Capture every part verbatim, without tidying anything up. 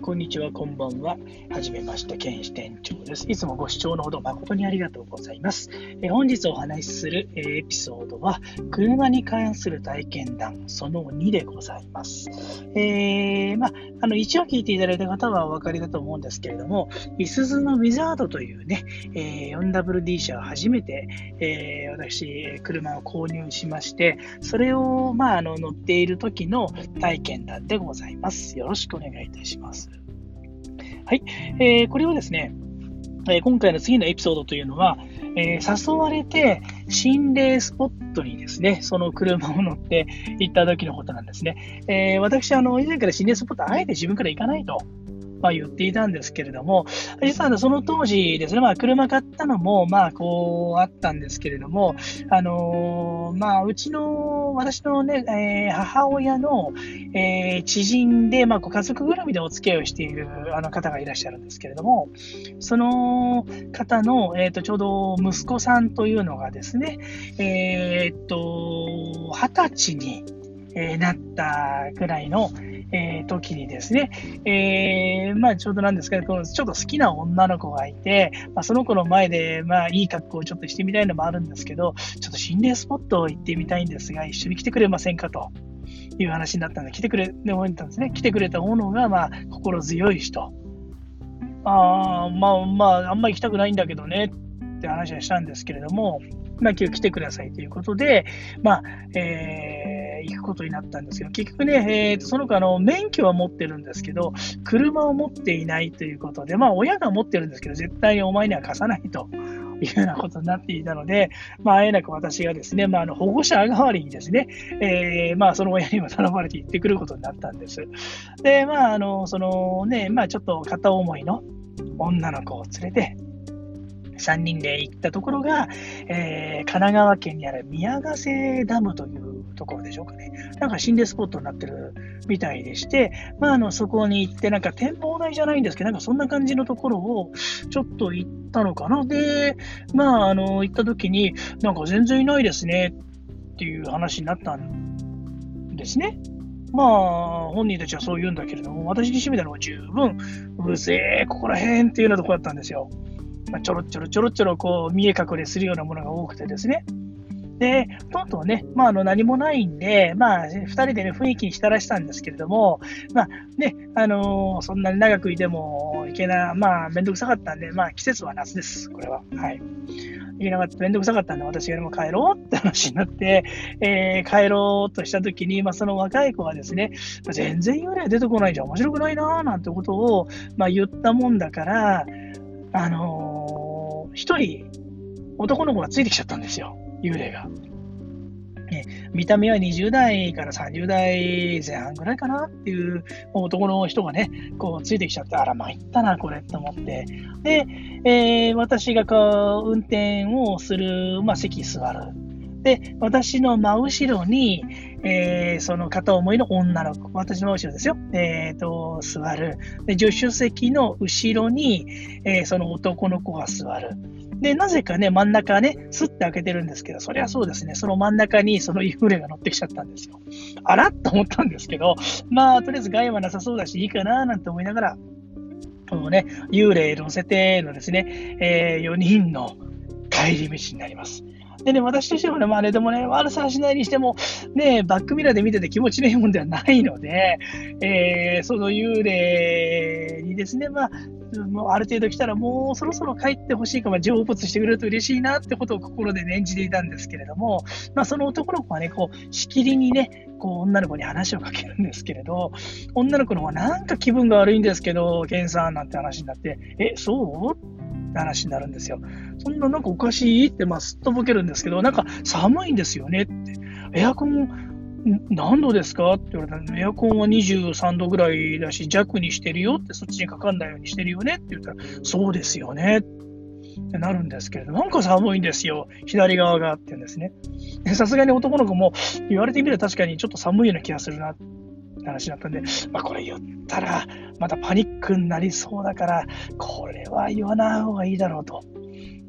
こんにちは、こんばんは。はじめまして、ケンシ店長です。いつもご視聴のほど誠にありがとうございます。えー本日お話しする、えーエピソードは、車に関する体験談そのにでございます。えーまあ、あの一応聞いていただいた方はお分かりだと思うんですけれども、いすゞのウィザードというね、えー フォーダブリューディー 車を初めて、えー私、車を購入しまして、それを、まあ、あの乗っている時の体験談でございます。よろしくお願いいたします。はい、えーこれはですね、えー今回の次のエピソードというのは、えー誘われて心霊スポットにですね、その車を乗って行った時のことなんですね。えー私、あの、以前から心霊スポットあえて自分から行かないと。まあ、言っていたんですけれども、実はあのその当時ですね、まあ、車買ったのも、まあ、こう、あったんですけれども、あのーまあ、うちの、私のね、えー母親の、えー知人で、まあ、ご家族ぐるみでお付き合いをしているあの方がいらっしゃるんですけれども、その方の、えーと、ちょうど息子さんというのがですね、えーと、はたちに、えーなったぐらいの、えー時にですね、えーまあ、ちょうどなんですけど、このちょっと好きな女の子がいて、まあ、その子の前で、まあ、いい格好をちょっとしてみたいのもあるんですけど、ちょっと心霊スポットを行ってみたいんですが、一緒に来てくれませんかという話になったので、来てくれ、で思ったんですね。来てくれたものが、まあ、心強い人。ああ、まあまあ、あんまり行きたくないんだけどねって話はしたんですけれども、まあ、今日来てくださいということで、まあ、えー行くことになったんですけど、結局ね、えーとその子あの、免許は持ってるんですけど、車を持っていないということで、まあ、親が持ってるんですけど、絶対にお前には貸さないというようなことになっていたので、まあ、あえなく私がですね、まあ、あの保護者代わりにですね、えーまあ、その親にも頼まれて行ってくることになったんです。で、まあ、あの、そのね、まあ、ちょっと片思いの女の子を連れて、さんにんで行ったところが、えー神奈川県にある宮ヶ瀬ダムというところでしょうかね。なんか心霊スポットになってるみたいでして、まあ、あのそこに行って、なんか展望台じゃないんですけど、なんかそんな感じのところをちょっと行ったのかな。で、まあ、あの行った時に、なんか全然いないですねっていう話になったんですね。まあ、本人たちはそう言うんだけれども、私にしてみたらもう十分、うぜえ、ここら辺っていうようなところだったんですよ。まあ、ちょろちょろちょろちょろこう見え隠れするようなものが多くてですね。で、とんとんね、まあ、あの何もないんで、まあ、ふたりで、ね、雰囲気に浸らしたんですけれども、まあね、あのーそんなに長くいてもいけない、まあ、めんどくさかったんで、まあ、季節は夏です、これは。はい。いけなかった、めんどくさかったんで、私がもう帰ろうって話になって、えー帰ろうとしたときに、まあ、その若い子がですね、全然幽霊出てこないじゃん、面白くないなーなんてことを、まあ、言ったもんだから、あのー一人、男の子がついてきちゃったんですよ、幽霊が。ね、見た目はにじゅう代からさんじゅう代前半ぐらいかなっていう男の人がね、こうついてきちゃって、あら、参ったな、これと思って。で、えー私がこう運転をする、まあ、席座る。で、私の真後ろに、えーその片思いの女の子、私の真後ろですよ、えーと、座る。で、助手席の後ろに、えーその男の子が座る。で、なぜかね、真ん中ね、スッて開けてるんですけど、そりゃそうですね、その真ん中にその幽霊が乗ってきちゃったんですよ。あらと思ったんですけど、まあ、とりあえず害はなさそうだし、いいかななんて思いながら、このね、幽霊乗せてのですね、えーよにんの帰り道になります。でね、私としてはね、まあね、でもね、悪さはしないにしても、ね、バックミラーで見てて気持ちのいいもんではないので、えーその幽霊にですね、まあ、もうある程度来たらもうそろそろ帰ってほしいか、まあ、成仏してくれると嬉しいなってことを心で念じていたんですけれども、まあ、その男の子はね、こう、しきりにね、こう、女の子に話をかけるんですけれど、女の子の方はなんか気分が悪いんですけど、ケンさんなんて話になって、え、そうって話になるんですよ。そんななんかおかしいって、まあ、すっとぼけるんですけど、なんか寒いんですよねって。エアコン何度ですかって言われたら、エアコンはにじゅうさんどぐらいだし、弱にしてるよって、そっちにかかんないようにしてるよねって言ったら、そうですよねってなるんですけれど、なんか寒いんですよ、左側がって言うんですね。さすがに男の子も言われてみれば確かにちょっと寒いような気がするなって話だったんで、まあ、これ言ったらまたパニックになりそうだから、これは言わない方がいいだろうと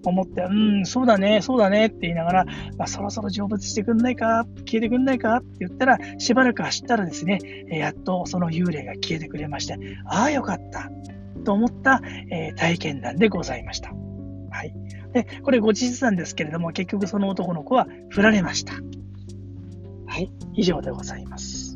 思って、うん、そうだね、そうだねって言いながら、まあ、そろそろ成仏してくんないか、消えてくんないかって言ったら、しばらく走ったらですね、やっとその幽霊が消えてくれまして、ああ、よかった、と思った、えー、体験談でございました。はい。で、これ後日なんですけれども、結局その男の子は振られました。はい、以上でございます。